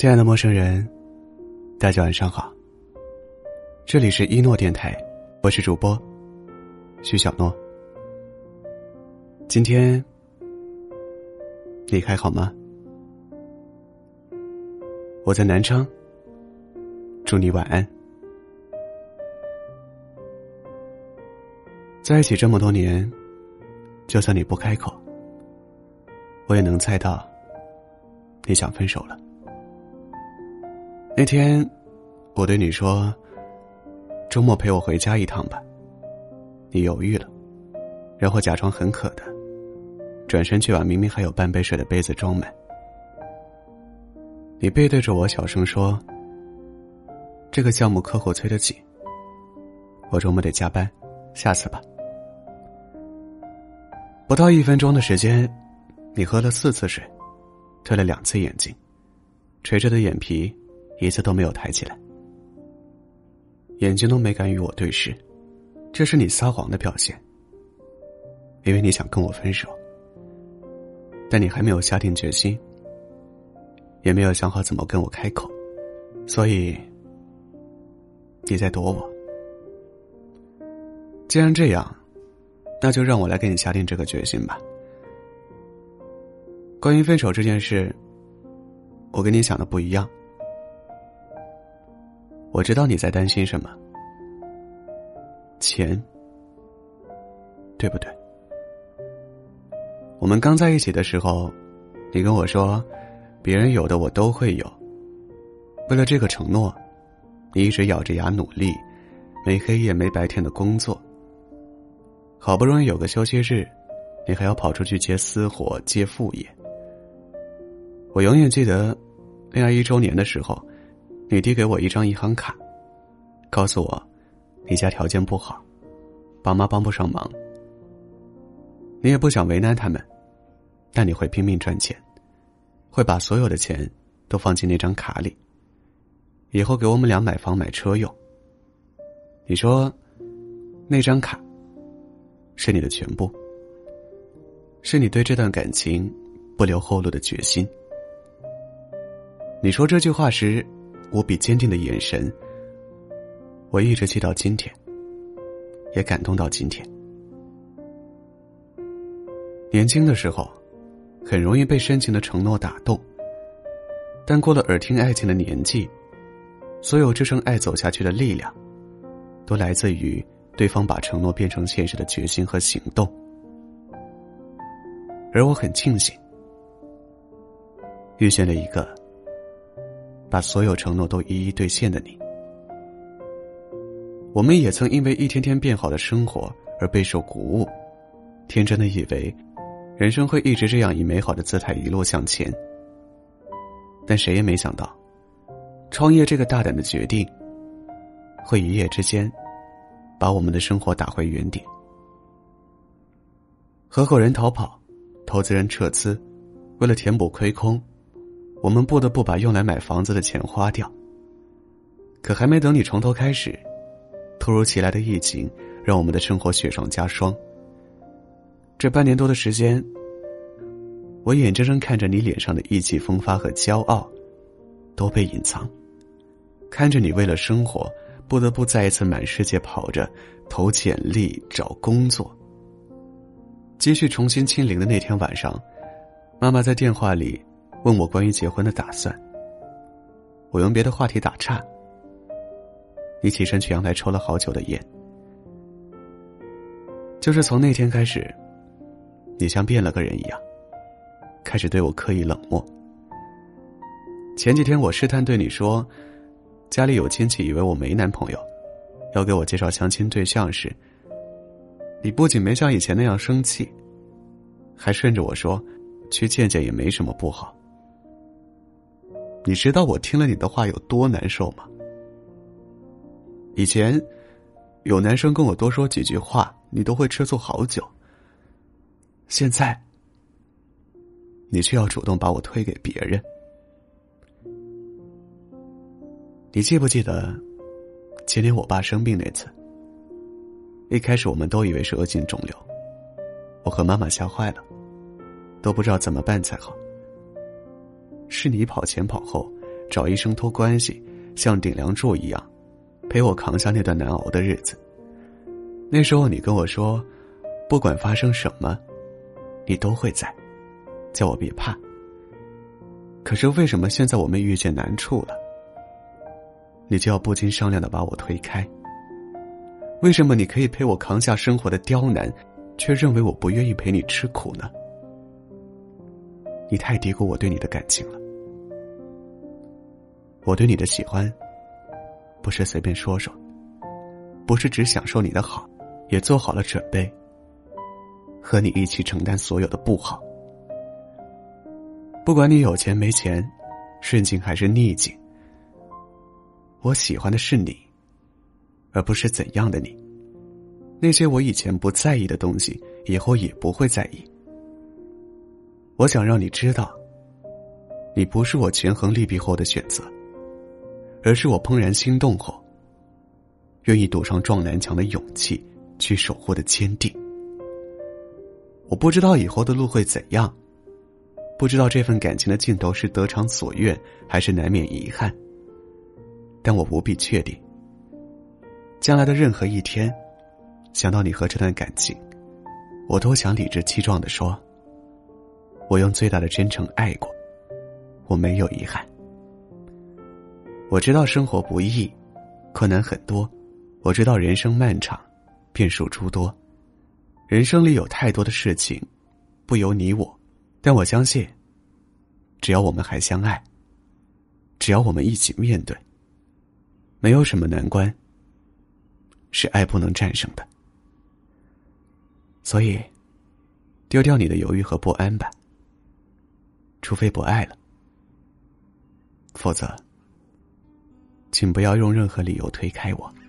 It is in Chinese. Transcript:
亲爱的陌生人，大家晚上好。这里是一诺电台，我是主播徐小诺。今天你还好吗？我在南昌，祝你晚安。在一起这么多年，就算你不开口，我也能猜到你想分手了。那天我对你说，周末陪我回家一趟吧。你犹豫了，然后假装很渴的转身去把明明还有半杯水的杯子装满。你背对着我小声说，这个项目客户催得紧，我周末得加班，下次吧。不到1分钟的时间，你喝了4次水，推了2次眼镜，垂着的眼皮一次都没有抬起来，眼睛都没敢与我对视。这是你撒谎的表现，因为你想跟我分手，但你还没有下定决心，也没有想好怎么跟我开口，所以你在躲我。既然这样，那就让我来给你下定这个决心吧。关于分手这件事，我跟你想的不一样。我知道你在担心什么，钱，对不对？我们刚在一起的时候，你跟我说，别人有的我都会有。为了这个承诺，你一直咬着牙努力，没黑夜没白天的工作。好不容易有个休息日，你还要跑出去接私活接副业。我永远记得恋爱1周年的时候，你递给我一张银行卡，告诉我你家条件不好，爸妈帮不上忙，你也不想为难他们，但你会拼命赚钱，会把所有的钱都放进那张卡里，以后给我们俩买房买车用。你说那张卡是你的全部，是你对这段感情不留后路的决心。你说这句话时无比坚定的眼神，我一直记到今天，也感动到今天。年轻的时候很容易被深情的承诺打动，但过了耳听爱情的年纪，所有支撑爱走下去的力量都来自于对方把承诺变成现实的决心和行动。而我很庆幸遇见了一个把所有承诺都一一兑现的你。我们也曾因为一天天变好的生活而备受鼓舞，天真的以为人生会一直这样以美好的姿态一路向前。但谁也没想到，创业这个大胆的决定会一夜之间把我们的生活打回原点。合伙人逃跑，投资人撤资，为了填补亏空，我们不得不把用来买房子的钱花掉。可还没等你从头开始，突如其来的疫情让我们的生活雪上加霜。这半年多的时间，我眼睁睁看着你脸上的意气风发和骄傲都被隐藏，看着你为了生活不得不再一次满世界跑着投简历找工作。积蓄重新清零的那天晚上，妈妈在电话里问我关于结婚的打算，我用别的话题打岔，你起身去阳台抽了好久的烟。就是从那天开始，你像变了个人一样，开始对我刻意冷漠。前几天我试探对你说，家里有亲戚以为我没男朋友，要给我介绍相亲对象时，你不仅没像以前那样生气，还顺着我说去见见也没什么不好。你知道我听了你的话有多难受吗？以前有男生跟我多说几句话，你都会吃醋好久，现在你却要主动把我推给别人。你记不记得前年我爸生病那次？一开始我们都以为是恶性肿瘤，我和妈妈吓坏了，都不知道怎么办才好。是你跑前跑后， 找医生托关系，像顶梁柱一样陪我扛下那段难熬的日子。那时候你跟我说，不管发生什么你都会在，叫我别怕。可是为什么现在我们遇见难处了，你就要不经商量地把我推开？为什么你可以陪我扛下生活的刁难，却认为我不愿意陪你吃苦呢？你太低估我对你的感情了。我对你的喜欢不是随便说说，不是只享受你的好，也做好了准备和你一起承担所有的不好。不管你有钱没钱，顺境还是逆境，我喜欢的是你，而不是怎样的你。那些我以前不在意的东西，以后也不会在意。我想让你知道，你不是我权衡利弊后的选择，而是我怦然心动后愿意赌上撞南墙的勇气去守护的坚定。我不知道以后的路会怎样，不知道这份感情的尽头是得偿所愿还是难免遗憾，但我无比确定，将来的任何一天，想到你和这段感情，我都想理直气壮地说，我用最大的真诚爱过，我没有遗憾。我知道生活不易，困难很多，我知道人生漫长，变数诸多，人生里有太多的事情不由你我，但我相信，只要我们还相爱，只要我们一起面对，没有什么难关是爱不能战胜的。所以丢掉你的犹豫和不安吧，除非不爱了，否则请不要用任何理由推开我。